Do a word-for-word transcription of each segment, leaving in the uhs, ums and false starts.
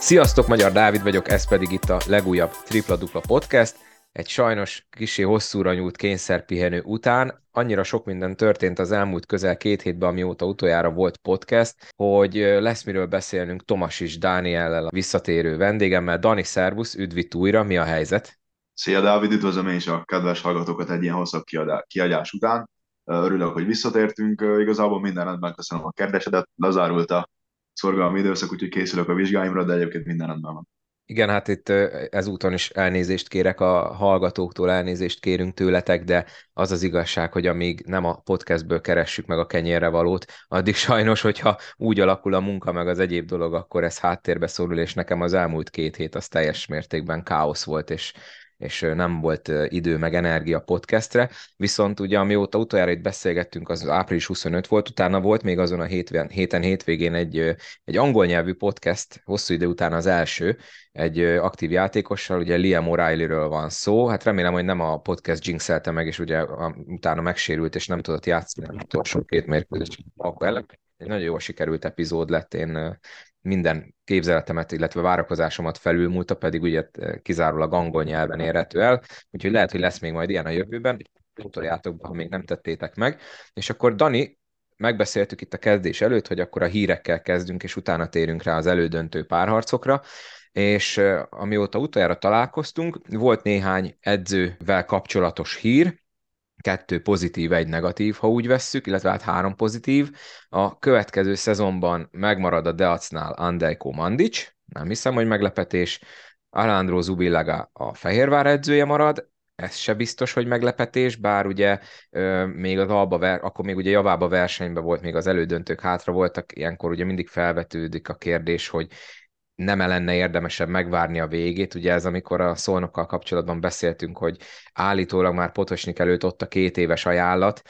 Sziasztok, Magyar Dávid vagyok, ez pedig itt a legújabb Tripla Dupla Podcast. Egy sajnos kissé hosszúra nyúlt kényszerpihenő után annyira sok minden történt az elmúlt közel két hétben, amióta utoljára volt podcast, hogy lesz miről beszélnünk Tomasics Dániellel, a visszatérő vendégemmel. Dani, szervusz, üdv itt újra, mi a helyzet? Szia Dávid, üdvözlöm én is a kedves hallgatókat egy ilyen hosszabb kiadá- kiadás után. Örülök, hogy visszatértünk. Igazából minden rendben, köszönöm a kérdésedet. Lezárult a szorgalmi időszak, úgyhogy készülök a vizsgáimra, de egyébként minden rendben van. Igen, hát itt ö, ezúton is elnézést kérek a hallgatóktól, elnézést kérünk tőletek, de az az igazság, hogy amíg nem a podcastből keressük meg a kenyérre valót, addig sajnos, hogyha úgy alakul a munka meg az egyéb dolog, akkor ez háttérbe szorul, és nekem az elmúlt két hét az teljes mértékben káosz volt, és és ö, nem volt ö, idő meg energia podcastre, viszont ugye amióta utoljára itt beszélgettünk, az április huszonötödike volt, utána volt még azon a héten, héten hétvégén egy, ö, egy angol nyelvű podcast, hosszú idő után az első, egy aktív játékossal, ugye Liam O'Reillyről van szó, hát remélem, hogy nem a podcast jinxelte meg, és ugye a, utána megsérült, és nem tudott játszani az utolsó két mérkőzés. Akkor ellen egy nagyon jól sikerült epizód lett, én minden képzeletemet, illetve várakozásomat felülmúlta, pedig ugye kizárólag angol nyelven érhető el, úgyhogy lehet, hogy lesz még majd ilyen a jövőben, utoljátok, ha még nem tettétek meg. És akkor Dani, megbeszéltük itt a kezdés előtt, hogy akkor a hírekkel kezdünk, és utána térünk rá az elődöntő párharcokra, és uh, amióta utoljára találkoztunk, volt néhány edzővel kapcsolatos hír, kettő pozitív, egy negatív, ha úgy vesszük, illetve hát három pozitív. A következő szezonban megmarad a Deacnál Andejko Mandic, nem hiszem, hogy meglepetés. Alejandro Zubillaga a Fehérvár edzője marad, ez se biztos, hogy meglepetés, bár ugye ö, még az Alba, ver, akkor még ugye javába versenyben volt, még az elődöntők hátra voltak, ilyenkor ugye mindig felvetődik a kérdés, hogy nem lenne érdemesebb megvárni a végét. Ugye ez, amikor a Szolnokkal kapcsolatban beszéltünk, hogy állítólag már Potosnyik előtt ott a két éves ajánlat,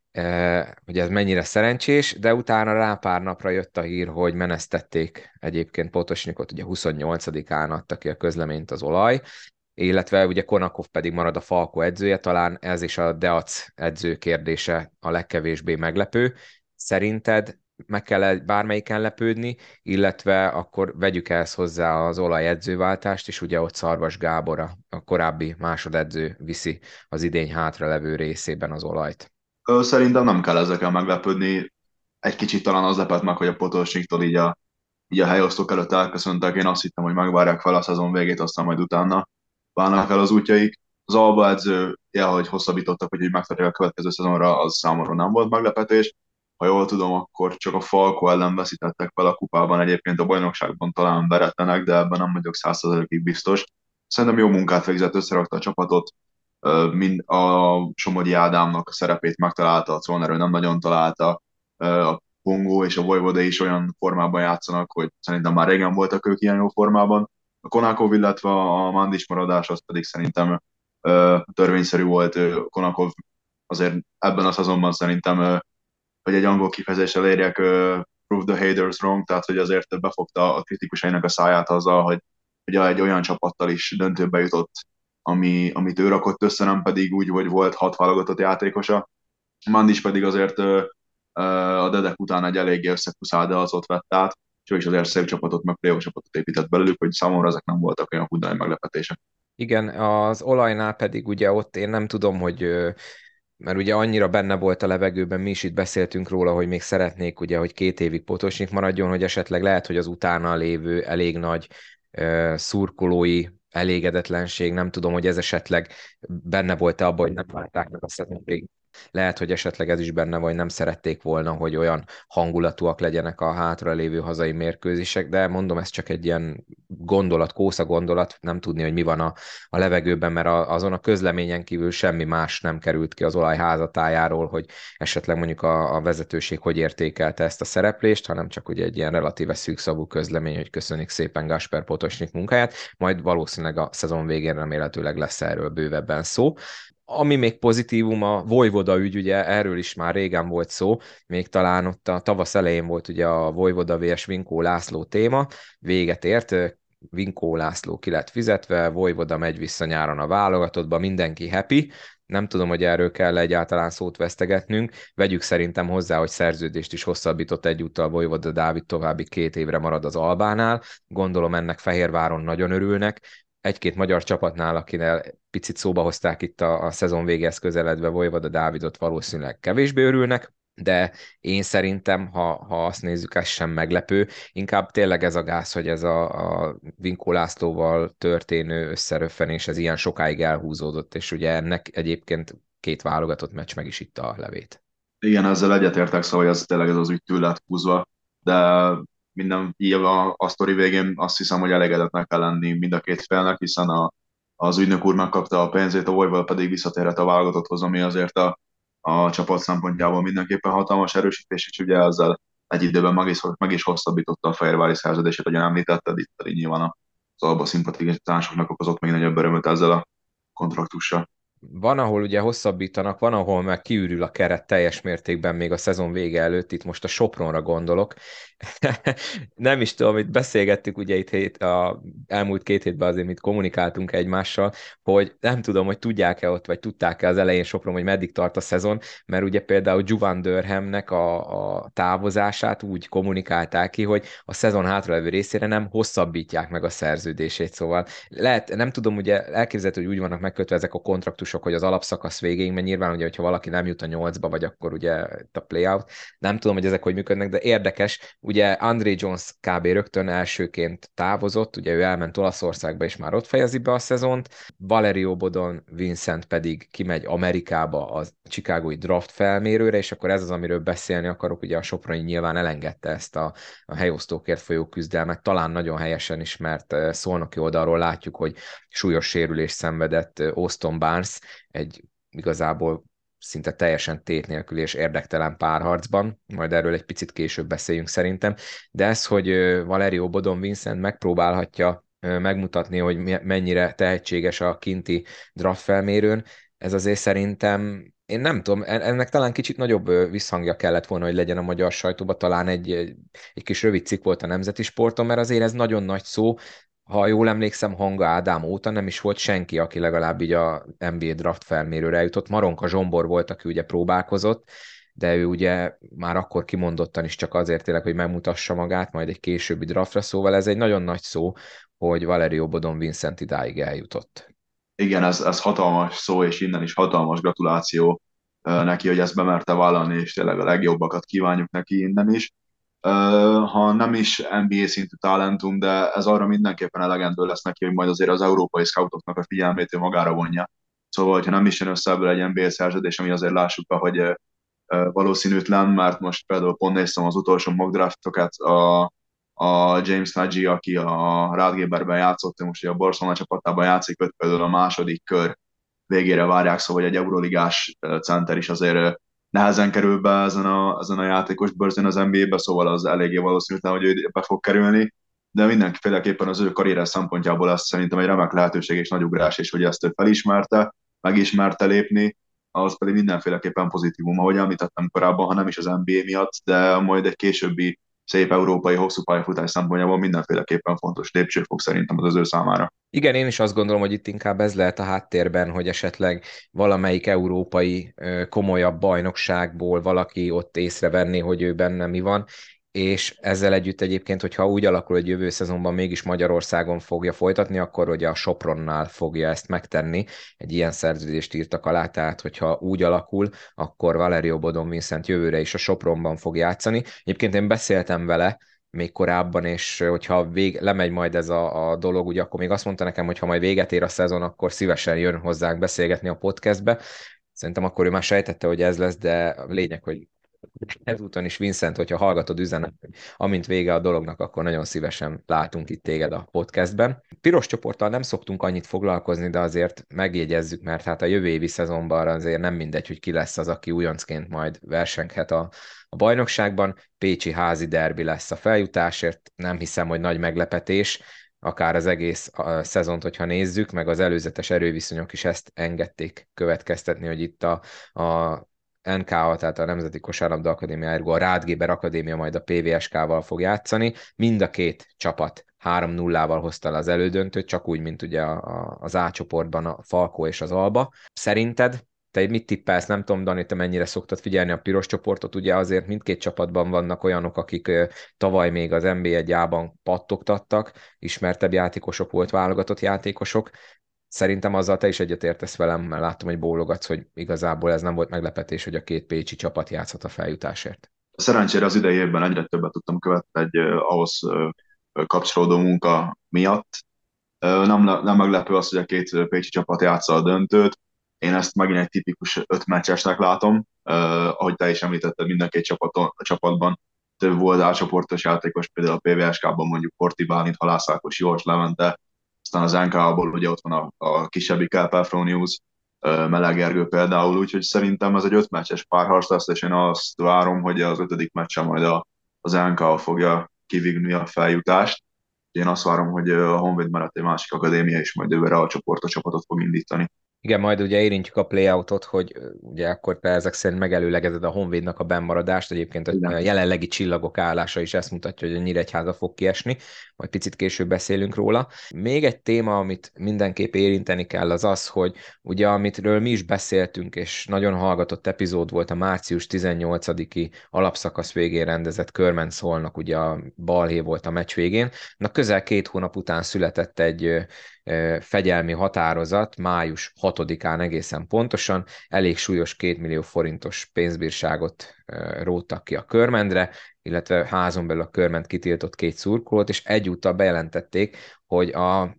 eh, hogy ez mennyire szerencsés, de utána rá pár napra jött a hír, hogy menesztették egyébként Potosnyikot, ugye huszonnyolcadikán adta ki a közleményt az Olaj, illetve ugye Konakov pedig marad a Falko edzője, talán ez is a Deac edző kérdése a legkevésbé meglepő. Szerinted meg kell -e bármelyiken lepődni, illetve akkor vegyük ezt hozzá az Olaj edzőváltást, és ugye ott Szarvas Gábor, a, a korábbi másodedző viszi az idény hátralevő részében az Olajt. Ö, Szerintem nem kell ezekkel meglepődni. Egy kicsit talán az lepett meg, hogy a Potosniktól így a, így a helyosztók előtt elköszöntek. Én azt hittem, hogy megvárják fel a szezon végét, aztán majd utána válnak el az útjaik. Az Alba edző, ja, hogy hosszabbítottak, hogy így megtartják a következő szezonra, az számomra nem volt meglepetés. Ha jól tudom, akkor csak a Falco ellen veszítettek fel a kupában, egyébként a bajnokságban talán veretlenek, de ebben nem vagyok száz százalékig biztos. Szerintem jó munkát végzett, összerakta a csapatot, Ö, mind a Somogyi Ádámnak a szerepét megtalálta, a Czolnerő nem nagyon találta, Ö, a Pongó és a Vojvoda is olyan formában játszanak, hogy szerintem már régen voltak ők ilyen jó formában. A Konakov, illetve a Mandis maradás az pedig szerintem ö, törvényszerű volt. Ö, Konakov azért ebben a szezonban szerintem, ö, hogy egy angol kifejezéssel érjek, ö, prove the haters wrong, tehát hogy azért befogta a kritikusainak a száját azzal, hogy ugye egy olyan csapattal is döntőbe jutott, ami, amit ő rakott össze, nem pedig úgy, hogy volt hat válogatott játékosa. Mandis pedig azért ö, ö, a Dedek után egy eléggé összekuszált, de az ott vett át, és ő is azért szép csapatot, meg playoff csapatot épített belőlük, hogy számomra ezek nem voltak olyan húd nagy meglepetések. Igen, az Olajnál pedig ugye ott én nem tudom, hogy ö, mert ugye annyira benne volt a levegőben, mi is itt beszéltünk róla, hogy még szeretnék ugye, hogy két évig Potosnyik maradjon, hogy esetleg lehet, hogy az utána lévő elég nagy uh, szurkolói elégedetlenség, nem tudom, hogy ez esetleg benne volt-e abban, hogy nem várták meg a szezonvégét. Lehet, hogy esetleg ez is benne, vagy nem szerették volna, hogy olyan hangulatúak legyenek a hátralévő hazai mérkőzések, de mondom, ez csak egy ilyen gondolat, kósza gondolat, nem tudni, hogy mi van a, a levegőben, mert a, azon a közleményen kívül semmi más nem került ki az Olaj házatájáról, hogy esetleg mondjuk a, a vezetőség hogy értékelte ezt a szereplést, hanem csak ugye egy ilyen relatíve szűkszavú közlemény, hogy köszönik szépen Gasper Potosnyik munkáját, majd valószínűleg a szezon végén remélhetőleg lesz erről bővebben szó. Ami még pozitívum, a Vojvoda ügy, ugye erről is már régen volt szó, még talán ott a tavasz elején volt ugye a Vojvoda vs Vinkó László téma, véget ért, Vinkó László ki lett fizetve, Vojvoda megy vissza nyáron a válogatottba, mindenki happy, Nem tudom, hogy erről kell egyáltalán szót vesztegetnünk. Vegyük szerintem hozzá, hogy szerződést is hosszabbított egyúttal Vojvoda Dávid, további két évre marad az Albánál. Gondolom ennek Fehérváron nagyon örülnek. Egy-két magyar csapatnál, akinél picit szóba hozták itt a, a szezon végéhez közeledve Vojvoda Dávidot, valószínűleg kevésbé örülnek, de én szerintem, ha, ha azt nézzük, ez sem meglepő. Inkább tényleg ez a gáz, hogy ez a, a Vinkó Lászlóval történő összeröffenés, ez ilyen sokáig elhúzódott, és ugye ennek egyébként két válogatott meccs meg is itta a levét. Igen, ezzel egyetértek, szóval hogy ez tényleg ez az ügy túl lett húzva, de minden így a, a sztori végén azt hiszem, hogy elégedetnek kell lenni mind a két félnek, hiszen a, az ügynök úr megkapta a pénzét, a Vojvoda pedig visszatérhet a válogatotthoz, ami azért a, a csapat szempontjából mindenképpen hatalmas erősítés, és ugye ezzel egy időben meg is, meg is hosszabbította a fehérvári szerződését, ahogyan említetted, itt pedig nyilván az alba szimpatizánsoknak okozott még nagyobb örömöt ezzel a kontraktussal. Van, ahol ugye hosszabbítanak, van, ahol meg kiürül a keret teljes mértékben még a szezon vége előtt, itt most a Sopronra gondolok. Nem is tudom, itt beszélgettük ugye itt hét, a elmúlt két hétben azért, mit kommunikáltunk egymással, hogy nem tudom, hogy tudják-e ott, vagy tudták-e az elején Sopron, hogy meddig tart a szezon, mert ugye például Juvan Durhamnek a, a távozását úgy kommunikálták ki, hogy a szezon hátralévő részére nem hosszabbítják meg a szerződését, szóval lehet, nem tudom, ugye elképzelhető, hogy úgy vannak megkötve ezek a kontraktusok, hogy az alapszakasz végéig, mert nyilván ugye, hogyha valaki nem jut a nyolcba, vagy akkor ugye itt a playout, nem tudom, hogy ezek hogy működnek, de érdekes, ugye André Jones kb. Rögtön elsőként távozott, ugye ő elment Olaszországba, és már ott fejezi be a szezont, Valerio Bodon Vincent pedig kimegy Amerikába a chicagói draft felmérőre, és akkor ez az, amiről beszélni akarok, ugye a Soproni nyilván elengedte ezt a, a helyosztókért folyó küzdelmet, talán nagyon helyesen is, mert eh, szolnoki oldalról látjuk, hogy súlyos sérülést szenvedett eh, Austin Barnes, egy igazából szinte teljesen tét nélkül és érdektelen párharcban, majd erről egy picit később beszéljünk szerintem, de ez, hogy eh, Valerio Bodon Vincent megpróbálhatja eh, megmutatni, hogy mennyire tehetséges a kinti draft felmérőn, ez azért szerintem én nem tudom, ennek talán kicsit nagyobb ö, visszhangja kellett volna, hogy legyen a magyar sajtóban, talán egy, egy kis rövid cikk volt a Nemzeti Sporton, mert azért ez nagyon nagy szó. Ha jól emlékszem, Hanga Ádám óta nem is volt senki, aki legalább így a en bé á draft felmérőre jutott. Maronka Zsombor volt, aki ugye próbálkozott, de ő ugye már akkor kimondottan is csak azért tényleg, hogy megmutassa magát, majd egy későbbi draftra, szóval ez egy nagyon nagy szó, hogy Valerio Bodon Vincent idáig eljutott. Igen, ez, ez hatalmas szó, és innen is hatalmas gratuláció ö, neki, hogy ezt bemerte vállalni, és tényleg a legjobbakat kívánjuk neki innen is. Ö, Ha nem is en bé á szintű talentum, de ez arra mindenképpen elegendő lesz neki, hogy majd azért az európai scoutoknak a figyelmét ő magára vonja. Szóval, hogyha nem is jön össze ebből egy en bé á szerződés, ami azért lássuk be, hogy ö, valószínűtlen, mert most például pont néztem az utolsó mock draftokat, a a James Nagy, aki a Rádgéberben játszott, most ugye a Barcelona csapatában játszik, őt például a második kör végére várják, szóval egy euroligás center is azért nehezen kerül be ezen a, ezen a játékos bőrzön az en bé á-be, szóval az eléggé valószínűtlen, hogy ő be fog kerülni, de mindenféleképpen az ő karriere szempontjából ez szerintem egy remek lehetőség és nagy ugrás, és hogy ezt ő felismerte, megismerte lépni, az pedig mindenféleképpen pozitívum, ahogy említettem korábban, ha nem is az en bé á miatt, de majd egy későbbi szép európai hosszú pályafutás szempontjából mindenféleképpen fontos lépcsőfok szerintem az az ő számára. Igen, én is azt gondolom, hogy itt inkább ez lehet a háttérben, hogy esetleg valamelyik európai ö, komolyabb bajnokságból valaki ott észrevenné, hogy ő benne mi van, és ezzel együtt egyébként, hogyha úgy alakul, hogy jövő szezonban mégis Magyarországon fogja folytatni, akkor ugye a Sopronnál fogja ezt megtenni. Egy ilyen szerződést írtak alá, tehát hogyha úgy alakul, akkor Valerio Bodon Vincent jövőre is a Sopronban fog játszani. Egyébként én beszéltem vele, még korábban, és hogyha vég, lemegy majd ez a, a dolog, ugye akkor még azt mondta nekem, hogy ha majd véget ér a szezon, akkor szívesen jön hozzánk beszélgetni a podcastbe. Szerintem akkor ő már sejtette, hogy ez lesz, de a lényeg, hogy ezúton is Vincent, hogyha hallgatod üzenet, hogy amint vége a dolognak, akkor nagyon szívesen látunk itt téged a podcastben. Piros csoporttal nem szoktunk annyit foglalkozni, de azért megjegyezzük, mert hát a jövő évi szezonban azért nem mindegy, hogy ki lesz az, aki újoncként majd versenghet a, a bajnokságban. Pécsi házi derbi lesz a feljutásért, nem hiszem, hogy nagy meglepetés, akár az egész a szezont, hogyha nézzük, meg az előzetes erőviszonyok is ezt engedték következtetni, hogy itt a, a en ká á, tehát a Nemzeti Kosárlabda Akadémia, ergo a Rádgéber Akadémia majd a pé vé es ká-val fog játszani. Mind a két csapat három nullával hozta le az elődöntőt, csak úgy, mint ugye a, a, az A csoportban a Falkó és az Alba. Szerinted Te mit tippelsz? Nem tudom, Dani, te mennyire szoktad figyelni a piros csoportot? Ugye azért mindkét csapatban vannak olyanok, akik ö, tavaly még az en bé egy-ában pattogtattak, ismertebb játékosok volt, válogatott játékosok. Szerintem azzal te is egyetértesz velem, mert látom, hogy bólogatsz, hogy igazából ez nem volt meglepetés, hogy a két pécsi csapat játszhat a feljutásért. Szerencsére az idei évben egyre többet tudtam követni egy ö, ahhoz ö, ö, kapcsolódó munka miatt. Ö, Nem, le- nem meglepő az, hogy a két ö, pécsi csapat játsza a döntőt. Én ezt megint egy tipikus öt meccsesnek látom. Ö, ahogy te is említetted, mind a két csapaton, a csapatban több volt átcsoportos játékos, például a pé vé es ká-ban mondjuk Porti Bálint, Halász Ákos, Jós Levente, aztán az en ká-ból ugye ott van a, a kisebbik Kelpel Fronius, Meleg Gergő például, úgyhogy szerintem ez egy öt meccses párharc lesz, és én azt várom, hogy az ötödik meccsen majd a, az en ká fogja kivívni a feljutást. Én azt várom, hogy a Honvéd mellett egy másik akadémia is majd őre a csoportos csapatot fog indítani. Igen, majd ugye érintjük a playoutot, hogy ö, ugye akkor te ezek szerint megelőlegezed a Honvédnak a bennmaradást, egyébként a a Igen. jelenlegi csillagok állása is ezt mutatja, hogy a Nyíregyháza fog kiesni, majd picit később beszélünk róla. Még egy téma, amit mindenképp érinteni kell, az az, hogy ugye amitről mi is beszéltünk, és nagyon hallgatott epizód volt a március tizennyolcadiki alapszakasz végén rendezett Körmen Szolnok, ugye a balhé volt a meccs végén. Na közel két hónap után született egy ö, fegyelmi határozat május hatodikán egészen pontosan, elég súlyos két millió forintos pénzbírságot róttak ki a Körmendre, illetve házon belül a Körment kitiltott két szurkolót, és egyúttal bejelentették, hogy a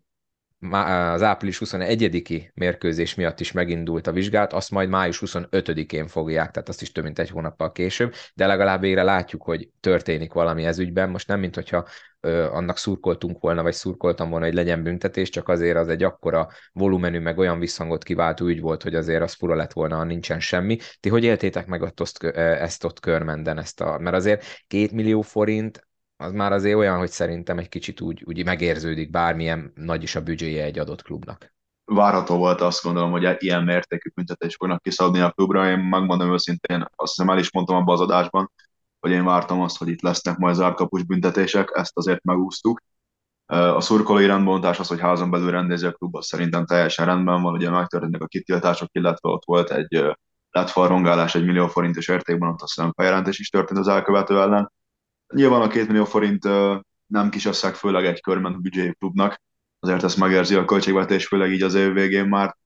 az április huszonegyediki mérkőzés miatt is megindult a vizsgálat, azt majd május huszonötödikén fogják, tehát azt is több mint egy hónappal később, de legalább végre látjuk, hogy történik valami ez ügyben. Most nem, mint hogyha ö, annak szurkoltunk volna, vagy szurkoltam volna, hogy legyen büntetés, csak azért az egy akkora volumenű, meg olyan visszhangot kiváltó ügy volt, hogy azért az fura lett volna, ha nincsen semmi. Ti hogy éltétek meg ott, azt, ezt ott Körmenden, ezt a, mert azért két millió forint, az már azért olyan, hogy szerintem egy kicsit úgy, úgy megérződik, bármilyen nagy is a büdzséje egy adott klubnak. Várható volt, azt gondolom, hogy ilyen mértékű büntetést fognak kiszabni a klubra. Én megmondom őszintén, azt hiszem el is mondtam abban az adásban, hogy én vártam azt, hogy itt lesznek majd zárkapus büntetések, ezt azért megúsztuk. A szurkolói rendbontás, az, hogy házon belül rendezi a klub, az szerintem teljesen rendben van, ugye megtörténnek a kitiltások, illetve ott volt egy lett farrongálás egy millió forintos értékben, ott azt hiszem feljelentés is történt az elkövető ellen. Nyilván a két millió forint nem kis összeg, főleg egy körment büdzséjű klubnak, azért ezt megérzi a költségvetés, főleg így az év végén már,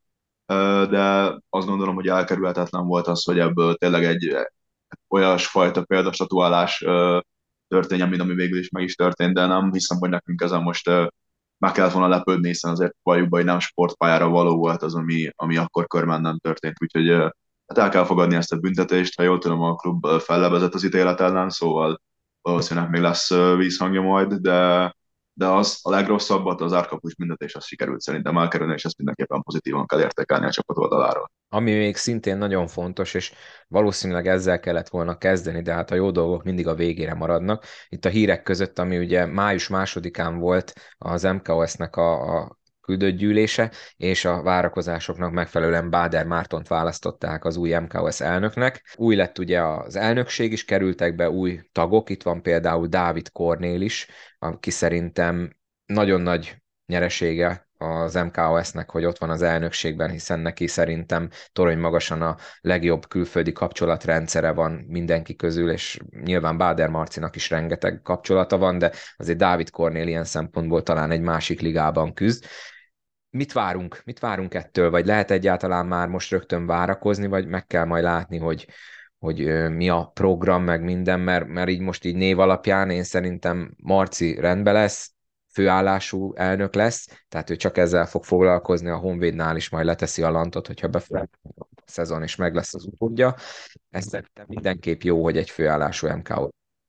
de azt gondolom, hogy elkerülhetetlen volt az, hogy ebből tényleg egy olyasfajta példastatuálás történjen, mint ami végül is meg is történt, de nem hiszem, hogy nekünk ezen most meg kellett volna lepődni, hiszen azért valljuk be, hogy nem sportpályára való volt az, ami, ami akkor körben nem történt, úgyhogy hát el kell fogadni ezt a büntetést, ha jól tudom, a klub fellebezett az ítélet ellen, szóval valószínűleg még lesz vízhangja majd, de, de az a legrosszabbat, az árkapus büntetés, az sikerült szerintem elkerülni, és ezt mindenképpen pozitívan kell értékelni a csapat oldaláról. Ami még szintén nagyon fontos, és valószínűleg ezzel kellett volna kezdeni, de hát a jó dolgok mindig a végére maradnak. Itt a hírek között, ami ugye május másodikán volt az em ká o es-nek a, a küldött gyűlése, és a várakozásoknak megfelelően Báder Mártont választották az új em ká o es elnöknek. Új lett ugye az elnökség is, kerültek be új tagok, itt van például Dávid Kornél is, aki szerintem nagyon nagy nyeresége az em ká o es-nek, hogy ott van az elnökségben, hiszen neki szerintem torony magasan a legjobb külföldi kapcsolatrendszere van mindenki közül, és nyilván Báder Marcinak is rengeteg kapcsolata van, de azért Dávid Kornél ilyen szempontból talán egy másik ligában küzd. Mit várunk? Mit várunk ettől? Vagy lehet egyáltalán már most rögtön várakozni, vagy meg kell majd látni, hogy hogy ö, mi a program, meg minden, mert, mert így most így név alapján én szerintem Marci rendben lesz, főállású elnök lesz, tehát ő csak ezzel fog foglalkozni, a Honvédnál is majd leteszi a lantot, hogyha befele a szezon és meg lesz az utódja. Ez szerintem mindenképp jó, hogy egy főállású em ká o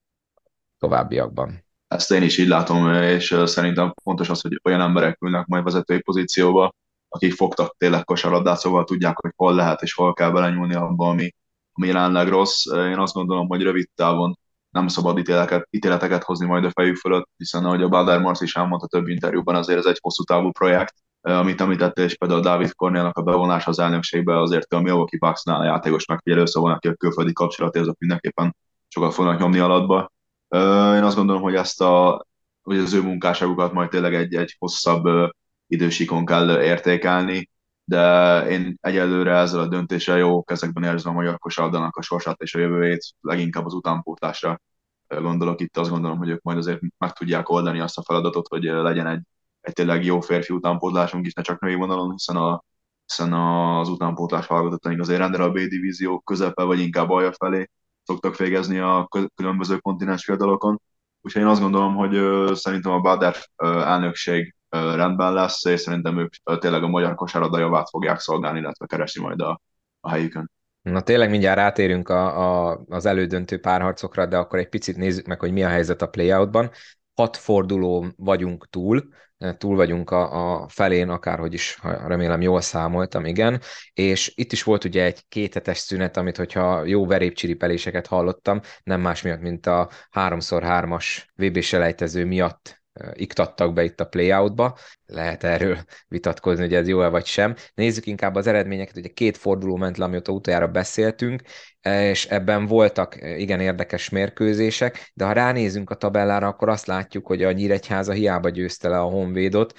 továbbiakban. Ezt én is így látom, és szerintem fontos az, hogy olyan emberek ülnek majd vezetői pozícióba, akik fogtak tényleg kosarlabdát, szóval tudják, hogy hol lehet és hol kell belenyúlni abba, ami, ami jelenleg rossz. Én azt gondolom, hogy rövid távon nem szabad ítéleket, ítéleteket hozni majd a fejük fölött, hiszen ahogy a Báder Marci is elmondta több interjúban, azért ez egy hosszú távú projekt, amit említette, és például Dávid Kornélnak a bevonás az elnökségbe, azért a Milwaukee Bucksnál a játékos megfigyelő, szóval aki a külföldi kapcsolati, azok mindenképpen sokat fognak nyomni alatba. Én azt gondolom, hogy ezt a, hogy az ő munkásságukat majd tényleg egy, egy hosszabb idősíkon kell értékelni. de én egyelőre ezzel a döntéssel jó kezekben érzem a magyar kosárlabdának a sorsát és a jövőjét, leginkább az utánpótlásra gondolok itt, azt gondolom, hogy ők majd azért meg tudják oldani azt a feladatot, hogy legyen egy, egy tényleg jó férfi utánpótlásunk is, ne csak női vonalon, hiszen, a, hiszen az utánpótlás hallgatottaink azért rendre a B divízió közepe, vagy inkább alja felé szoktak végezni a különböző kontinens fiatalokon. Úgyhogy én azt gondolom, hogy ö, szerintem a Bader ö, elnökség ö, rendben lesz, és szerintem ők ö, tényleg a magyar kosárlabda javát fogják szolgálni, illetve keresni majd a, a helyükön. Na tényleg mindjárt rátérünk a, a, az elődöntő párharcokra, de akkor egy picit nézzük meg, hogy mi a helyzet a playoutban. Hat forduló vagyunk túl, túl vagyunk a, a felén, akárhogy is, ha remélem jól számoltam, igen. És itt is volt ugye egy kéthetes szünet, amit hogyha jó verépcsiripeléseket hallottam, nem más miatt, mint a háromszor hármas vé bé-selejtező miatt iktattak be itt a playoutba. Lehet erről vitatkozni, hogy ez jó-e vagy sem. Nézzük inkább az eredményeket, ugye két forduló ment le, amióta utoljára beszéltünk, és ebben voltak igen érdekes mérkőzések, de ha ránézünk a tabellára, akkor azt látjuk, hogy a Nyíregyháza hiába győzte le a Honvédot,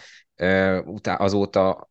azóta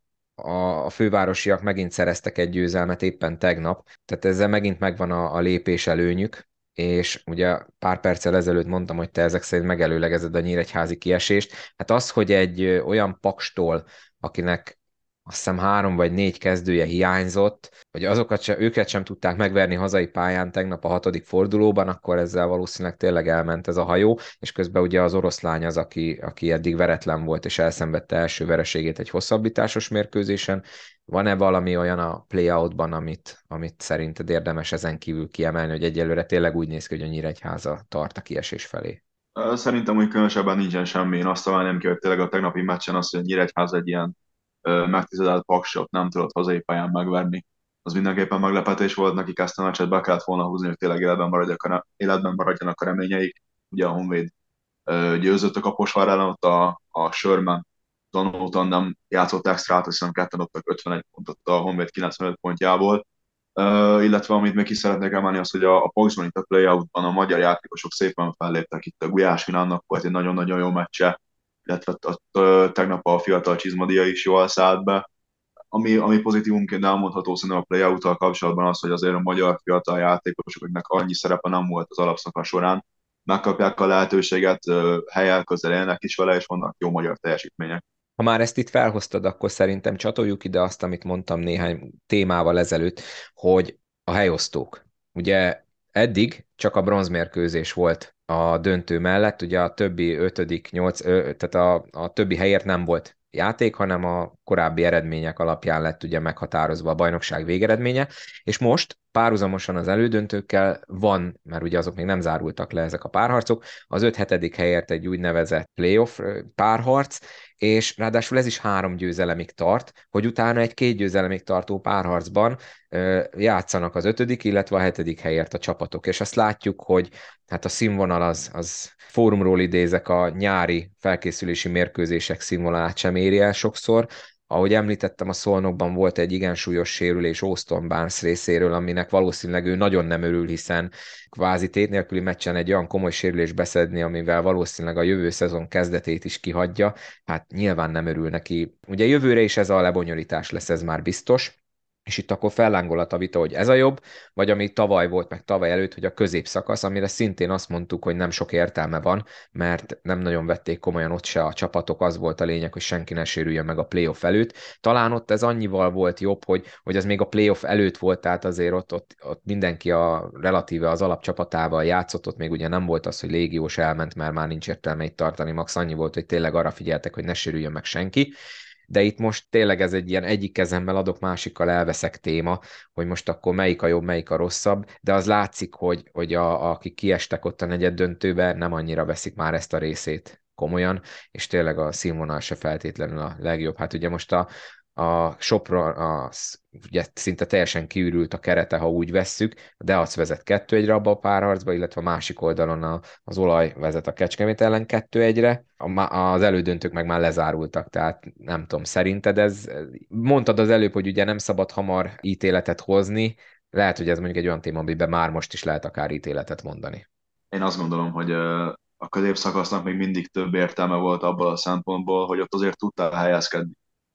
a fővárosiak megint szereztek egy győzelmet éppen tegnap, tehát ezzel megint megvan a, a lépés előnyük, és ugye pár perccel ezelőtt mondtam, hogy te ezek szerint megelőlegezed a nyíregyházi kiesést. Hát az, hogy egy olyan pakstól, akinek azt hiszem három vagy négy kezdője hiányzott, hogy azokat se, őket sem tudták megverni hazai pályán tegnap a hatodik fordulóban, akkor ezzel valószínűleg tényleg elment ez a hajó, és közben ugye az oroszlány az, aki, aki eddig veretlen volt, és elszenvedte első vereségét egy hosszabbításos mérkőzésen. Van-e valami olyan a playoutban, amit, amit szerinted érdemes ezen kívül kiemelni, hogy egyelőre tényleg úgy néz ki, hogy a Nyíregyháza tart a kiesés felé? Szerintem úgy különösebben nincsen semmi. Én azt találnám ki, hogy tényleg a tegnapi meccsen az, hogy a Nyíregyháza egy ilyen ö, megtizedelt paksot nem tudott hazai pályán megverni. Az mindenképpen meglepetés volt, nekik ezt a meccset be kellett volna húzni, hogy tényleg életben maradjanak a, életben maradjanak a reményeik. Ugye a Honvéd ö, győzött a Kaposvár ellen, ott a, a Sörmen Danó tandem játszott extrát, hiszen ketten adtak ötvenegy pontot a Honvéd kilencvenöt pontjából. Uh, illetve amit még ki szeretnék emelni, az, hogy a, a Paxban itt a playoutban a magyar játékosok szépen felléptek. Itt a Gulyás Milánnak volt egy nagyon-nagyon jó meccse, illetve ott, ott uh, tegnap a fiatal Csizmadia is jól szállt be. Ami, ami pozitívumként elmondható szerintem a playout kapcsolatban az, hogy azért a magyar fiatal játékosoknak annyi szerepe nem volt az alapszakasz során. Megkapják a lehetőséget, uh, helyel közel élnek is vele, és vannak jó magyar teljesítmények. Ha már ezt itt felhoztad, akkor szerintem csatoljuk ide azt, amit mondtam néhány témával ezelőtt, hogy a helyosztók. Ugye eddig csak a bronzmérkőzés volt a döntő mellett, ugye a többi ötödik, nyolc, ö, tehát a, a többi helyért nem volt játék, hanem a korábbi eredmények alapján lett ugye meghatározva a bajnokság végeredménye, és most párhuzamosan az elődöntőkkel van, mert ugye azok még nem zárultak le ezek a párharcok, az öt hetedik helyért egy úgynevezett playoff párharc, és ráadásul ez is három győzelemig tart, hogy utána egy két győzelemig tartó párharcban ö, játszanak az ötödik, illetve a hetedik helyért a csapatok, és azt látjuk, hogy hát a színvonal az, az fórumról idézek, a nyári felkészülési mérkőzések színvonalát sem éri el sokszor. Ahogy említettem, a Szolnokban volt egy igen súlyos sérülés Austin Barnes részéről, aminek valószínűleg ő nagyon nem örül, hiszen kvázi tét nélküli meccsen egy olyan komoly sérülés beszedni, amivel valószínűleg a jövő szezon kezdetét is kihagyja, hát nyilván nem örül neki. Ugye jövőre is ez a lebonyolítás lesz, ez már biztos, és itt akkor fellángolat a vita, hogy ez a jobb, vagy ami tavaly volt, meg tavaly előtt, hogy a középszakasz, amire szintén azt mondtuk, hogy nem sok értelme van, mert nem nagyon vették komolyan ott se a csapatok, az volt a lényeg, hogy senki ne sérüljön meg a playoff előtt. Talán ott ez annyival volt jobb, hogy, hogy az még a playoff előtt volt, tehát azért ott, ott, ott mindenki a relatíve az alapcsapatával játszott, ott még ugye nem volt az, hogy légiós elment, mert már nincs értelme itt tartani, max annyi volt, hogy tényleg arra figyeltek, hogy ne sérüljön meg senki, de itt most tényleg ez egy ilyen egyik kezemmel adok, másikkal elveszek téma, hogy most akkor melyik a jobb, melyik a rosszabb, de az látszik, hogy, hogy a, akik kiestek ott a negyed döntőbe, nem annyira veszik már ezt a részét komolyan, és tényleg a színvonal se feltétlenül a legjobb. Hát ugye most a, a Sopron a, ugye szinte teljesen kiürült a kerete, ha úgy vesszük, a Deac vezet kettő egyre abba a párharcba, illetve a másik oldalon a, az Olaj vezet a Kecskemét ellen kettő egyre, a, az elődöntők meg már lezárultak, tehát nem tudom, szerinted ez, mondtad az előbb, hogy ugye nem szabad hamar ítéletet hozni, lehet, hogy ez mondjuk egy olyan téma, amiben már most is lehet akár ítéletet mondani. Én azt gondolom, hogy ö, a középszakasznak még mindig több értelme volt abból a szempontból, hogy ott azért tudtál helyezkedni.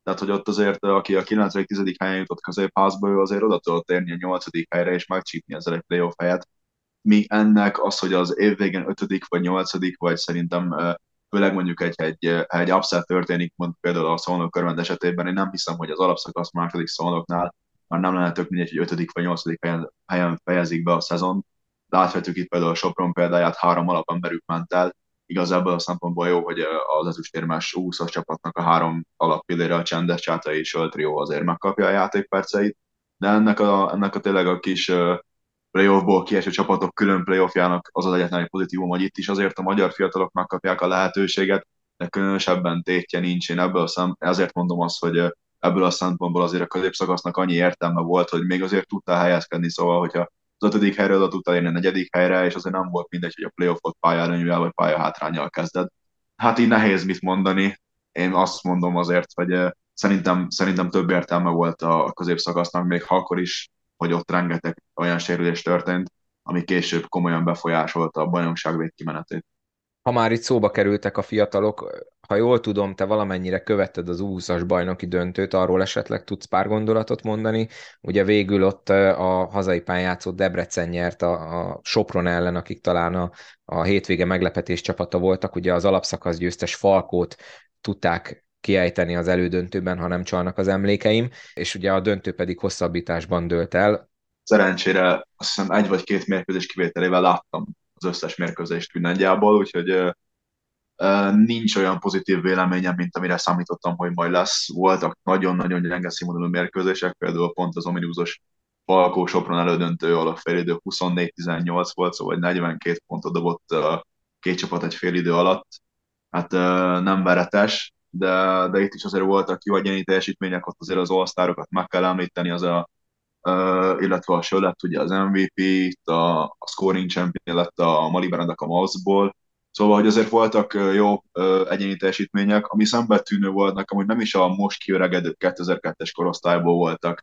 Tehát, hogy ott azért, aki a kilencedik tizedik helyen jutott középházba, ő azért oda tudott érni a nyolcadik helyre, és megcsípni ezzel egy playoff helyet. Mi ennek az, hogy az év végén ötödik vagy nyolcadik, vagy szerintem főleg mondjuk egy, egy, egy upset történik, mond például a Szolnok körvend esetében, én nem hiszem, hogy az alapszakasz második Szolnoknál már nem lenne tök mindegy, hogy ötödik vagy nyolcadik helyen, helyen fejezik be a szezon. Láthatjuk itt például a Sopron példáját, három alapemberük ment el. Igazából a szempontból jó, hogy az ezüstérmes húszas csapatnak a három alappillére, a Csendes, Csátai és Söltrió azért megkapja a játékperceit, de ennek a, ennek a tényleg a kis playoffból kieső csapatok külön playoffjának az az egyetlen egy pozitívum, hogy itt is azért a magyar fiatalok megkapják a lehetőséget, de különösebben tétje nincs. Én ebből a szem, ezért mondom azt, hogy ebből a szempontból azért a középszakasznak annyi értelme volt, hogy még azért tudtál helyezkedni, szóval, hogyha az ötödik helyre oda tudtál érni a negyedik helyre, és azért nem volt mindegy, hogy a playoffot pályárányújával vagy pályahátrányjal kezded. Hát így nehéz mit mondani. Én azt mondom azért, hogy eh, szerintem, szerintem több értelme volt a középszakasznak, még ha akkor is, hogy ott rengeteg olyan sérülés történt, ami később komolyan befolyásolta a bajnokság végkimenetét. Ha már itt szóba kerültek a fiatalok, ha jól tudom, te valamennyire követted az u húszas bajnoki döntőt, arról esetleg tudsz pár gondolatot mondani. Ugye végül ott a hazai pályán játszott Debrecen nyert a, a Sopron ellen, akik talán a, a hétvége meglepetés csapata voltak. Ugye az alapszakasz győztes Falkót tudták kiejteni az elődöntőben, ha nem csalnak az emlékeim, és ugye a döntő pedig hosszabbításban dőlt el. Szerencsére azt hiszem egy vagy két mérkőzés kivételével láttam az összes mérkőzést mindegyából, úgyhogy nincs olyan pozitív véleményem, mint amire számítottam, hogy majd lesz. Voltak nagyon-nagyon gyenge színvonalú mérkőzések, például pont az ominúzos Falkó Sopron elődöntő, ahol a félidő huszonnégy tizennyolc volt, szóval negyvenkét pontot dobott a két csapat egy félidő alatt. Hát nem veretes, de, de itt is azért voltak jó egyéni teljesítmények, ott azért az all meg kell említeni, az a, illetve a Sö lett ugye az em vé pé, itt a, a scoring champion lett a Mali Beredek a Mavsból, szóval, hogy azért voltak jó egyéni teljesítmények, ami szembetűnő volt nekem, hogy nem is a most kiöregedő kétezer-kettes korosztályból voltak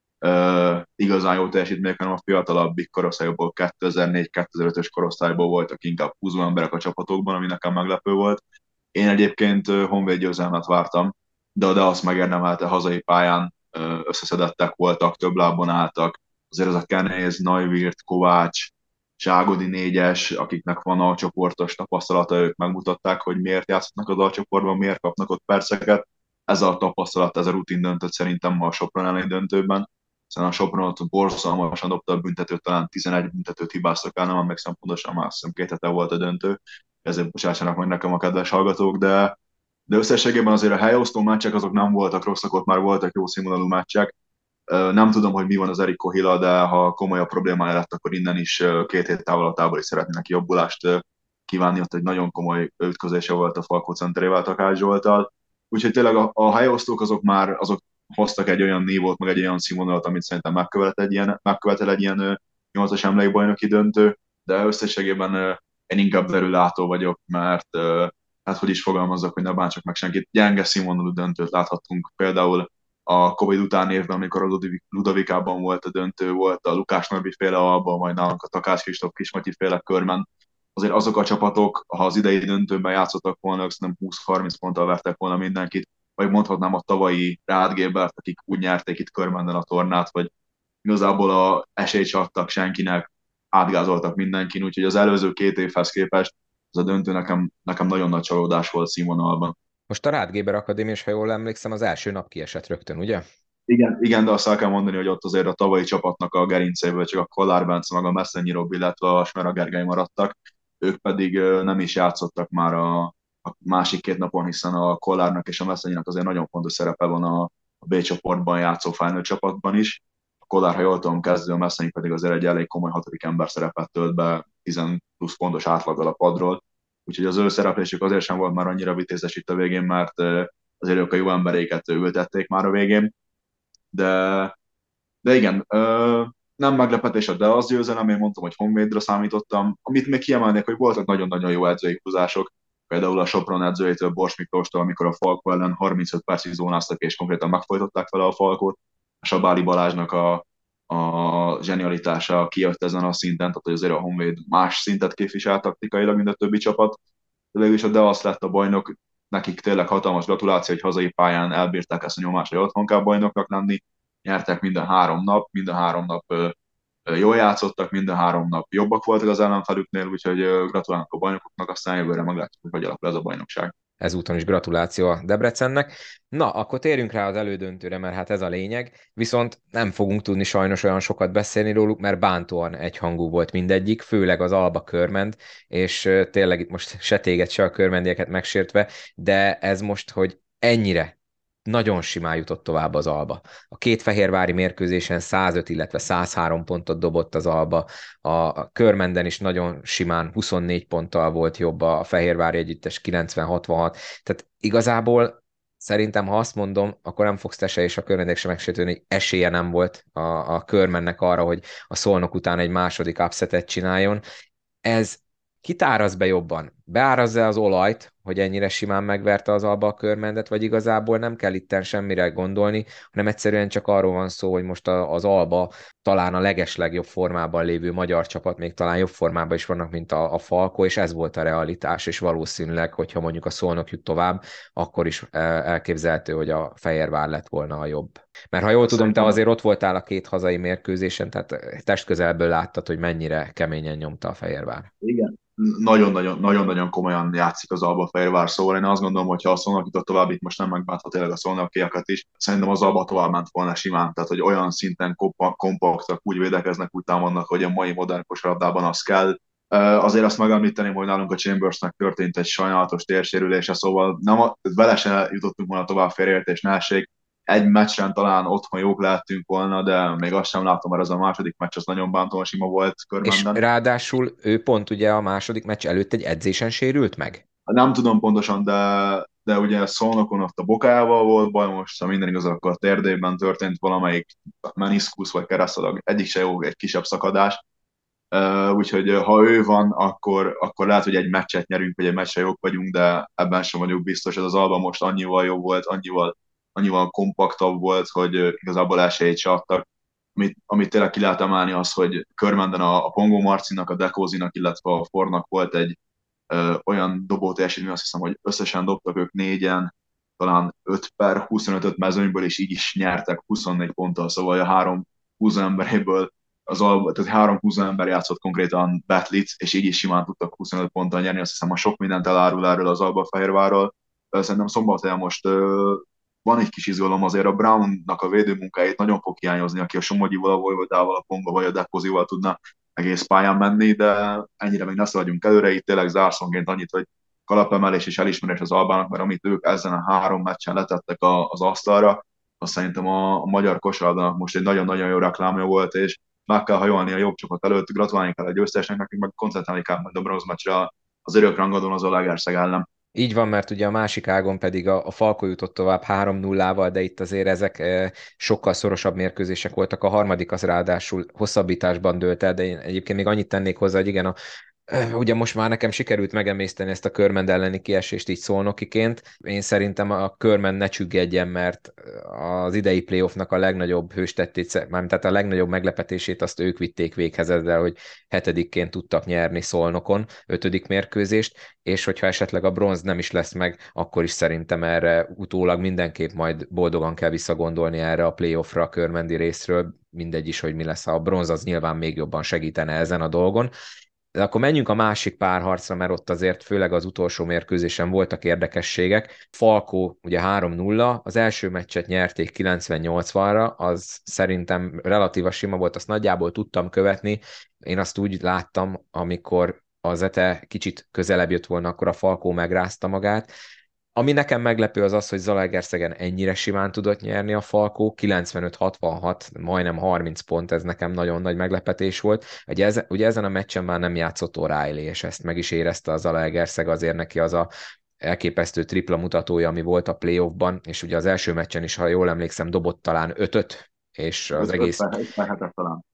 uh, igazán jó teljesítmények, hanem a fiatalabbik korosztályból kétezer-négy-kétezer-ötös korosztályból voltak inkább húzó emberek a csapatokban, ami nekem meglepő volt. Én egyébként Honvéd győzelmet vártam, de, de azt megérdemelte hazai pályán, összeszedettek voltak, több lábon álltak, azért az a Kenéz, Neuwirth, Kovács, Ságodi négyes, akiknek van a csoportos tapasztalata, ők megmutatták, hogy miért játszhatnak az alcsoportban, miért kapnak ott perceket. Ez a tapasztalat, ez a rutin döntött szerintem ma a Sopron elleni döntőben. Hiszen a Sopron ott borzalmasan dobta a büntetőt, talán tizenegy büntetőt hibáztak el, nem emlékszem pontosan, már azt hiszem két hete volt a döntő, ezért bocsássanak meg nekem a kedves hallgatók, de, de összességében azért a helyosztó meccsek azok nem voltak rosszak, ott már voltak jó színvonalú meccsek. Nem tudom, hogy mi van az Erik Kohila, de ha komolyabb problémája lett, akkor innen is két hét távolatából is szeretnének jobbulást kívánni. Ott egy nagyon komoly ütközése volt a Falkó centerével, Takács Zsolttal. Úgyhogy tényleg a, a helyosztók azok már azok hoztak egy olyan nívót, meg egy olyan színvonalat, amit szerintem megkövetel egy ilyen, megkövetel egy ilyen nyolcas emlékbajnoki döntő, de összességében én inkább derülátó vagyok, mert hát hogy is fogalmazzak, hogy ne bántsak meg senkit. Gyenge színvonalú döntőt láthattunk például a Covid után évben, amikor a Ludovikában volt a döntő, volt a Lukás Norbi féle alba, majd nálunk a Takács Kristóf Kismatyi féle körben. Azért azok a csapatok, ha az idei döntőben játszottak volna, szerintem húsz-harminc ponttal vertek volna mindenkit, vagy mondhatnám a tavalyi Rád Gébert, akik úgy nyerték itt körmenden a tornát, vagy igazából a esélyt sem adtak senkinek, átgázoltak mindenkin, úgyhogy az előző két évhez képest ez a döntő nekem, nekem nagyon nagy csalódás volt színvonalban. Most a Rád Géber Akadémia, ha jól emlékszem, az első nap kiesett rögtön, ugye? Igen, igen, de azt el kell mondani, hogy ott azért a tavalyi csapatnak a gerincéből csak a Kollár Bence, meg a Messzenyi Robi, illetve a Smera Gergely maradtak, ők pedig nem is játszottak már a, a másik két napon, hiszen a Kollárnak és a Messzenyinek azért nagyon fontos szerepe van a, a B csoportban játszó felnőtt csapatban is. A Kollár, ha jól tudom, kezdő, a Messzenyi pedig azért egy elég komoly hatodik ember szerepet tölt be, tíz plusz pontos átlaggal a padról. Úgyhogy az ő szereplésük azért sem volt már annyira vitézes itt a végén, mert azért ők a jó emberéket ültették már a végén. De, de igen, ö, nem meglepetés de az győzelem, én mondtam, hogy Honvédra számítottam. Amit még kiemelnék, hogy voltak nagyon-nagyon jó edzői húzások, például a Sopron edzőjétől, Bors Miklóstól, amikor a Falkó ellen harmincöt percig zónáztak, és konkrétan megfojtották vele a Falkót. A Sabáli Balázsnak a, a zsenialitása kijött ezen a szinten, tehát hogy azért a Honvéd más szintet képvisel taktikailag, mint a többi csapat. De végül is a Deasz lett a bajnok, nekik tényleg hatalmas gratuláció, hogy hazai pályán elbírták ezt a nyomást, hogy otthon kell bajnoknak lenni, nyertek minden három nap, minden három nap ö, ö, jól játszottak, minden három nap jobbak voltak az ellenfelüknél, úgyhogy ö, gratulálnak a bajnokoknak, aztán jövőre meglátjuk, hogy hogy alakul ez a bajnokság. Ezúton is gratuláció a Debrecennek. Na, akkor térjünk rá az elődöntőre, mert hát ez a lényeg. Viszont nem fogunk tudni sajnos olyan sokat beszélni róluk, mert bántóan egyhangú volt mindegyik, főleg az Alba Körmend, és ö, tényleg itt most se téged, se a körmendieket megsértve, de ez most, hogy ennyire nagyon simán jutott tovább az Alba. A két fehérvári mérkőzésen százöt, illetve száz három pontot dobott az Alba. A Körmenden is nagyon simán huszonnégy ponttal volt jobb a Fehérvári együttes kilencven hatvanhat. Tehát igazából szerintem, ha azt mondom, akkor nem fogsz te se és a Körmendek se megsértődni, hogy esélye nem volt a, a Körmennek arra, hogy a Szolnok után egy második upsetet csináljon. Ez kitáraz be jobban? Beárazza az olajt, hogy ennyire simán megverte az Alba a Körmendet, vagy igazából nem kell itten semmire gondolni, hanem egyszerűen csak arról van szó, hogy most a, az Alba talán a legeslegjobb formában lévő magyar csapat, még talán jobb formában is vannak, mint a, a Falko, és ez volt a realitás, és valószínűleg, hogyha mondjuk a Szolnok jut tovább, akkor is elképzelhető, hogy a Fehérvár lett volna a jobb. Mert ha jól tudom, te Szerintem azért ott voltál a két hazai mérkőzésen, tehát testközelből láttad, hogy mennyire keményen nyomta a Fehérvár. igen, nagyon-nagyon, nagyon-nagyon komolyan játszik az Alba Fehérvár, szóval én azt gondolom, hogy ha a Szolnok jutott tovább, itt most nem megbánthat tényleg a szolnokiakat is, szerintem az Alba tovább ment volna simán, tehát hogy olyan szinten kompa- kompaktak, úgy védekeznek, úgy támadnak, hogy a mai modern kosarabdában az kell. Azért azt megemlíteném, hogy nálunk a Chambersnek történt egy sajnálatos térsérülése, szóval nem a, vele se jutottunk volna tovább félreértés, nehesség. Egy meccsen talán otthon jók lehettünk volna, de még azt sem látom, mert az a második meccs az nagyon bántóan sima volt És Körmenden. ráadásul ő pont ugye a második meccs előtt egy edzésen sérült meg? Nem tudom pontosan, de, de ugye Szolnokon ott a bokájával volt baj, most ha minden igaz, akkor a térdében történt valamelyik meniszkusz vagy keresztalag, egyik se jó, egy kisebb szakadás. Uh, úgyhogy ha ő van, akkor, akkor lehet, hogy egy meccset nyerünk, vagy egy meccse jók vagyunk, de ebben sem vagyok biztos. Ez az Alba most annyival jobb volt, annyival, annyival kompaktabb volt, hogy uh, igazából esélyt se adtak. Amit, amit tényleg ki lehet emelni az, hogy Körmenden a, a Pongó Marcinak, a Dekózinak, illetve a Fornak volt egy ö, olyan dobó teljesítmény, azt hiszem, hogy összesen dobtak ők négyen, talán öt per huszonötöt mezőnyből, és így is nyertek huszonnégy ponttal, szóval a három húzó emberéből az Alba, tehát három húzó ember játszott konkrétan Betlic, és így is simán tudtak huszonöt ponttal nyerni, azt hiszem, a sok mindent elárul erről az Alba Fehérvárról. Szerintem Szombathelyen most ö, van egy kis izgalom, azért a Brownnak a védőmunkáit nagyon fog hiányozni, aki a Somogyival, a Vojvodával, a Ponga vagy a Dekozival tudna egész pályán menni, de ennyire még ne szaladjunk előre, itt tényleg zárszonként annyit, hogy kalapemelés és elismerés az Albának, mert amit ők ezen a három meccsen letettek a, az asztalra, azt szerintem a, a magyar kosarlabdának most egy nagyon-nagyon jó reklámja volt, és meg kell hajolni a jobb csapat előtt, gratulálni kell a győztesnek, nekik meg koncentrálni kell majd a bronz meccsre az örökrangadón az Zalaegerszeg ellen. Így van, mert ugye a másik ágon pedig a, a Falko jutott tovább három nullával, de itt azért ezek e, sokkal szorosabb mérkőzések voltak. A harmadik az ráadásul hosszabbításban dőlt el, de én egyébként még annyit tennék hozzá, hogy igen, a ugye most már nekem sikerült megemészteni ezt a Körmend elleni kiesést így szolnokiként. Én szerintem a Körmend ne csüggedjen, mert az idei playoffnak a legnagyobb hőstettét, mármint tehát a legnagyobb meglepetését azt ők vitték véghez ezzel, hogy hetedikként tudtak nyerni Szolnokon, ötödik mérkőzést, és hogyha esetleg a bronz nem is lesz meg, akkor is szerintem erre utólag mindenképp majd boldogan kell visszagondolni erre a playoffra a körmendi részről, mindegy is, hogy mi lesz. A bronz az nyilván még jobban segítene ezen a dolgon. De akkor menjünk a másik párharcra, mert ott azért főleg az utolsó mérkőzésen voltak érdekességek. Falkó ugye három nulla, az első meccset nyerték kilencven-nyolcvanra, az szerintem relatíva sima volt, azt nagyjából tudtam követni. Én azt úgy láttam, amikor az Zete kicsit közelebb jött volna, akkor a Falkó megrázta magát. Ami nekem meglepő az az, hogy Zalaegerszegen ennyire simán tudott nyerni a Falkó, kilencvenöt hatvanhat, majdnem harminc pont, ez nekem nagyon nagy meglepetés volt. Ugye, ez, ugye ezen a meccsen már nem játszott O'Reilly, és ezt meg is érezte a Zalaegerszeg, azért neki az a elképesztő tripla mutatója, ami volt a playoffban, és ugye az első meccsen is, ha jól emlékszem, dobott talán ötöt, és az öt egész per hetet talán.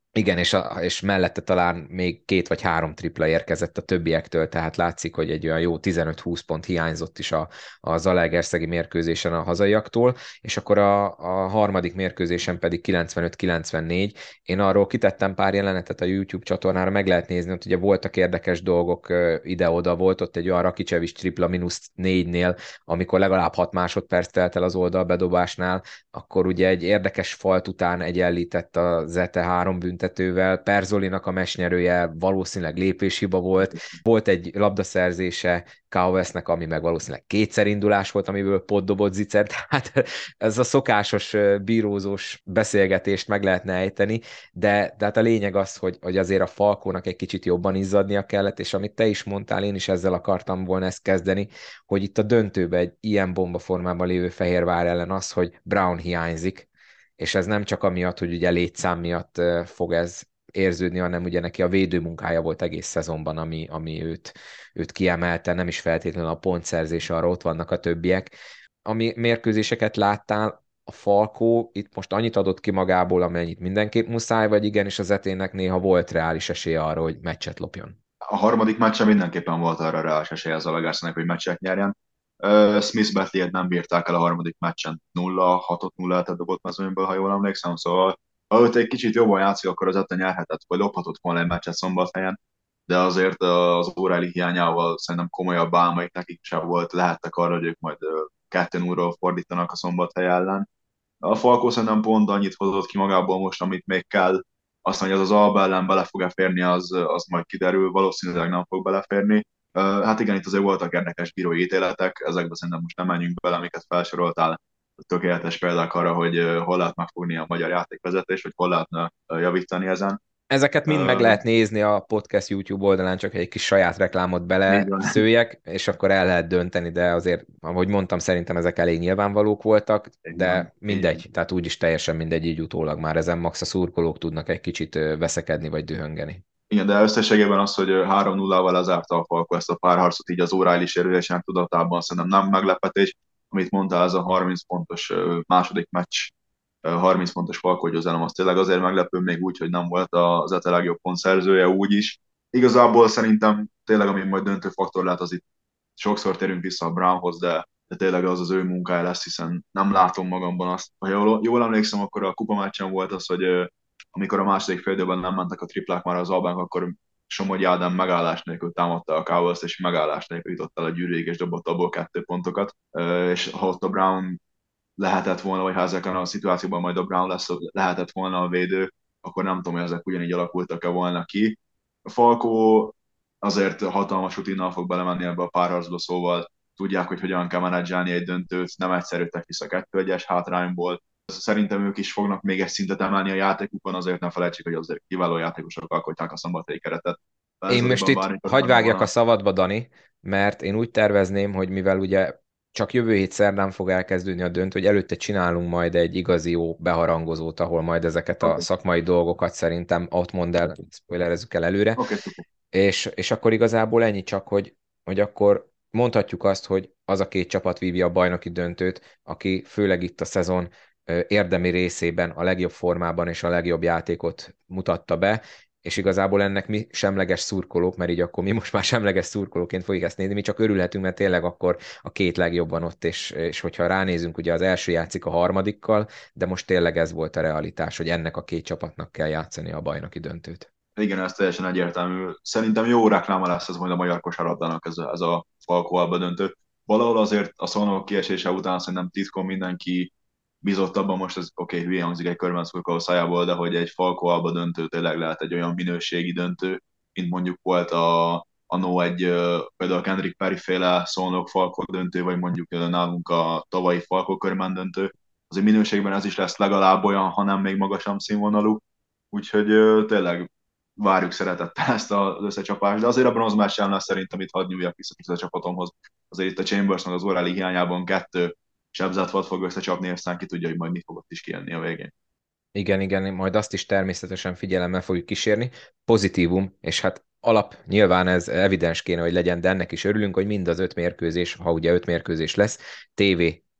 Igen, és, a, és mellette talán még két vagy három tripla érkezett a többiektől, tehát látszik, hogy egy olyan jó tizenöt-húsz pont hiányzott is a, a zalaegerszegi mérkőzésen a hazaiaktól, és akkor a, a harmadik mérkőzésen pedig kilencvenöt kilencvennégy. Én arról kitettem pár jelenetet a YouTube csatornára, meg lehet nézni, hogy ugye voltak érdekes dolgok ide-oda, volt ott egy olyan Rakicsevics tripla mínusz négynél, amikor legalább hat másodperc telt el az oldalbedobásnál, akkor ugye egy érdekes falt után egyenlített a Zete három büntetővel, Perzolinak a mesnyerője valószínűleg lépéshiba volt, volt egy labdaszerzése Kauesnek, ami meg valószínűleg kétszer indulás volt, amiből pot dobott Zicer, tehát ez a szokásos bírózós beszélgetést meg lehetne ejteni, de, de hát a lényeg az, hogy, hogy azért a Falkónak egy kicsit jobban izzadnia kellett, és amit te is mondtál, én is ezzel akartam volna ezt kezdeni, hogy itt a döntőbe egy ilyen bomba formában lévő Fehérvár ellen az, hogy Brown hiányzik, és ez nem csak amiatt, hogy ugye létszám miatt fog ez érződni, hanem ugye neki a védőmunkája volt egész szezonban, ami, ami őt, őt kiemelte, nem is feltétlenül a pontszerzés, arra ott vannak a többiek. Ami mérkőzéseket láttál, a Falkó itt most annyit adott ki magából, amennyit mindenképp muszáj, vagy igen, és az etének néha volt reális esélye arra, hogy meccset lopjon. A harmadik meccsen mindenképpen volt arra rá esélye az Zalaegerszegnek, hogy meccset nyerjen. Uh, Smith Betley-et nem bírták el a harmadik meccsen. nulla hatot nulla dobott mezőnyből, ha jól emlékszem, szóval ha őt egy kicsit jobban játszik, akkor az Ette nyerhetett, vagy lophatott volna egy meccset Szombathelyen, de azért az O'Reilly hiányával szerintem komolyabb álmaik nekik sem volt, lehettek arra, hogy ők majd kettő nulla fordítanak a Szombathely ellen. A Falkó szerintem pont annyit hozott ki magából most, amit még kell. Aztán, hogy az az Alba ellen bele fog-e férni, az, az majd kiderül, valószínűleg nem fog beleférni. Hát igen, itt azért voltak érdekes bírói ítéletek, ezekbe szerintem most nem menjünk bele, amiket felsoroltál. Tökéletes példák arra, hogy hol lehet megfogni a magyar játékvezetést, vagy hol lehetne javítani ezen. Ezeket mind meg lehet nézni a podcast YouTube oldalán, csak egy kis saját reklámot bele szőjek, és akkor el lehet dönteni, de azért, ahogy mondtam, szerintem ezek elég nyilvánvalók voltak, de mindegy, tehát úgyis teljesen mindegy, így utólag már ezen max a szurkolók tudnak egy kicsit veszekedni vagy dühöngeni. Igen, de összességében az, hogy három nullával lezárta a Falko ezt a párharcot, így az O'Reilly sérülésének tudatában szerintem nem meglepetés. Amit mondtál, ez a harminc pontos második meccs, harminc pontos Falko győzelem, az tényleg azért meglepő, még úgy, hogy nem volt az Ete legjobb pontszerzője úgy is. Igazából szerintem tényleg, ami majd döntő faktor lehet, az itt sokszor térünk vissza a Brownhoz, de, de tényleg az az ő munkája lesz, hiszen nem látom magamban azt. Ha jól, jól emlékszem, akkor a kupa meccsen volt az, hogy amikor a második félidőben nem mentek a triplák már az Albánk, akkor Somogyi Ádám megállás nélkül támadta a Cowboys, és megállás nélkül jutott el a gyűrűig, és dobott abból kettő pontokat. És ha ott a Brown lehetett volna, vagy ha ezeken a szituációban majd a Brown lesz, lehetett volna a védő, akkor nem tudom, hogy ezek ugyanígy alakultak-e volna ki. A Falkó azért hatalmas rutinnal fog belemenni ebbe a párharcba, szóval tudják, hogy hogyan kell menedzselni egy döntőt, nem egyszerű vissza kettő egyes hátrányból. Szerintem ők is fognak még egy szintet emelni a játékukon, azért ne felejtsék, hogy azért kiváló játékosok alkotják a szombathelyi keretet. Én most itt hagy vágjak a szavadba, Dani, mert én úgy tervezném, hogy mivel ugye csak jövő hét szerdán fog elkezdődni a döntő, hogy előtte csinálunk majd egy igazi jó beharangozót, ahol majd ezeket a okay. szakmai dolgokat szerintem ott mondd el, spoilerezzük el előre. Okay, és, és akkor igazából ennyi csak, hogy, hogy akkor mondhatjuk azt, hogy az a két csapat vívja a bajnoki döntőt, aki főleg itt a szezon érdemi részében a legjobb formában és a legjobb játékot mutatta be, és igazából ennek mi semleges szurkolók, mert így akkor mi most már semleges szurkolóként fogjuk ezt nézni, mi csak örülhetünk, mert tényleg akkor a két legjobb van ott, és, és hogyha ránézünk, ugye az első játszik a harmadikkal, de most tényleg ez volt a realitás, hogy ennek a két csapatnak kell játszani a bajnoki döntőt. Igen, ez teljesen egyértelmű. Szerintem jó rekláma lesz ez majd a magyar kosarabdának ez a, ez a Falko Alba döntő. Valahol azért a Szolnok kiesése után szerintem titkon mindenki bizott abban, most ez oké, okay, hülye hangzik egy körben szurkoló szájából, de hogy egy Falko Alba döntő tényleg lehet egy olyan minőségi döntő, mint mondjuk volt a, a no egy például a Kendrick Perry féle Szolnok Falko döntő, vagy mondjuk nálunk a tavalyi Falko körben döntő. Azért minőségben ez is lesz legalább olyan, hanem még magasabb színvonalú. Úgyhogy tényleg várjuk szeretettel ezt az összecsapást, de azért a bronzmeccsánál szerintem itt hadd nyúljak vissza a csapatomhoz. Azért itt a Chambers meg az O'Reilly hiányában kettő sebzett vad fog összecsapni, aztán ki tudja, hogy majd mi fog ott is kijönni a végén. Igen, igen, majd azt is természetesen figyelemmel fogjuk kísérni. Pozitívum, és hát alap, nyilván ez evidens kéne, hogy legyen, de ennek is örülünk, hogy mind az öt mérkőzés, ha ugye öt mérkőzés lesz, té vé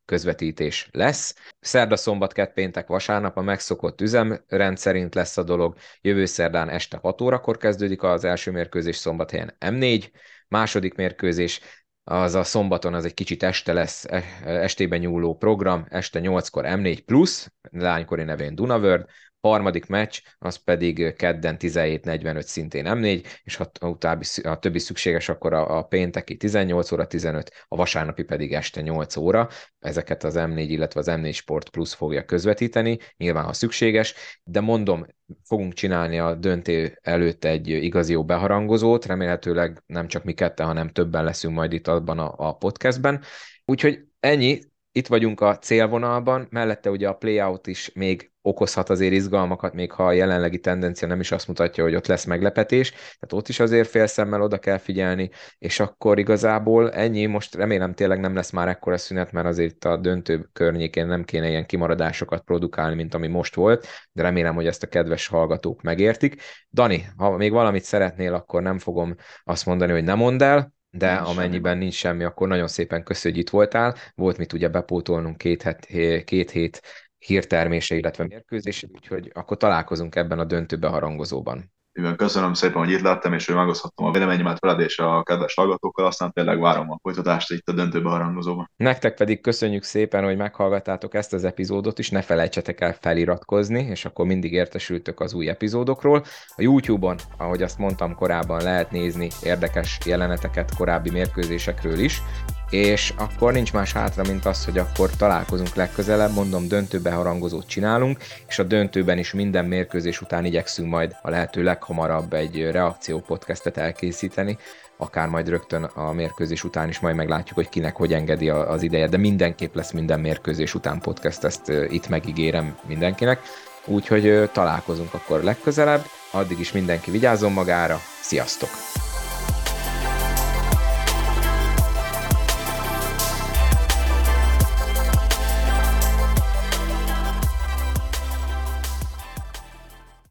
közvetítés lesz. Szerda, szombat, kedd, péntek, vasárnap a megszokott üzemrend szerint lesz a dolog. Jövő szerdán este hat órakor kezdődik az első mérkőzés, szombathelyen em négy. Második mérkőzés az a szombaton, az egy kicsit este lesz, estében nyúló program, este nyolckor em négy plusz, lánykori nevén Dunavörd. Harmadik meccs, az pedig kedden tizenhét negyvenöt szintén em négy, és ha a, utábbi, a többi szükséges, akkor a, a pénteki tizennyolc óra tizenöt, a vasárnapi pedig este nyolc óra. Ezeket az em négy, illetve az em négy Sport Plus fogja közvetíteni, nyilván ha szükséges, de mondom, fogunk csinálni a döntő előtt egy igazi jó beharangozót, remélhetőleg nem csak mi ketten, hanem többen leszünk majd itt abban a, a podcastben. Úgyhogy ennyi, itt vagyunk a célvonalban, mellette ugye a playout is még okozhat azért izgalmakat, még ha a jelenlegi tendencia nem is azt mutatja, hogy ott lesz meglepetés, tehát ott is azért fél szemmel oda kell figyelni, és akkor igazából ennyi, most remélem tényleg nem lesz már ekkora szünet, mert azért a döntő környékén nem kéne ilyen kimaradásokat produkálni, mint ami most volt, de remélem, hogy ezt a kedves hallgatók megértik. Dani, ha még valamit szeretnél, akkor nem fogom azt mondani, hogy ne mondd el, de nincs amennyiben semmi. Nincs semmi, akkor nagyon szépen köszönjük, hogy itt voltál. Volt mit ugye bepótolnunk két, het, két hét hírtermése, illetve mérkőzés, úgyhogy akkor találkozunk ebben a döntő beharangozóban. Igen, köszönöm szépen, hogy itt lettem, és hogy megoszthattam a véleményemet veled és a kedves hallgatókkal, aztán tényleg várom a folytatást itt a döntő beharangozóban. Nektek pedig köszönjük szépen, hogy meghallgattátok ezt az epizódot is, ne felejtsetek el feliratkozni, és akkor mindig értesültök az új epizódokról. A YouTube-on, ahogy azt mondtam korábban, lehet nézni érdekes jeleneteket korábbi mérkőzésekről is, és akkor nincs más hátra, mint az, hogy akkor találkozunk legközelebb, mondom, döntőbeharangozót csinálunk, és a döntőben is minden mérkőzés után igyekszünk majd a lehető leghamarabb egy reakció podcastet elkészíteni, akár majd rögtön a mérkőzés után is majd meglátjuk, hogy kinek hogy engedi az ideje, de mindenképp lesz minden mérkőzés után podcast, ezt itt megígérem mindenkinek, úgyhogy találkozunk akkor legközelebb, addig is mindenki vigyázzon magára, sziasztok!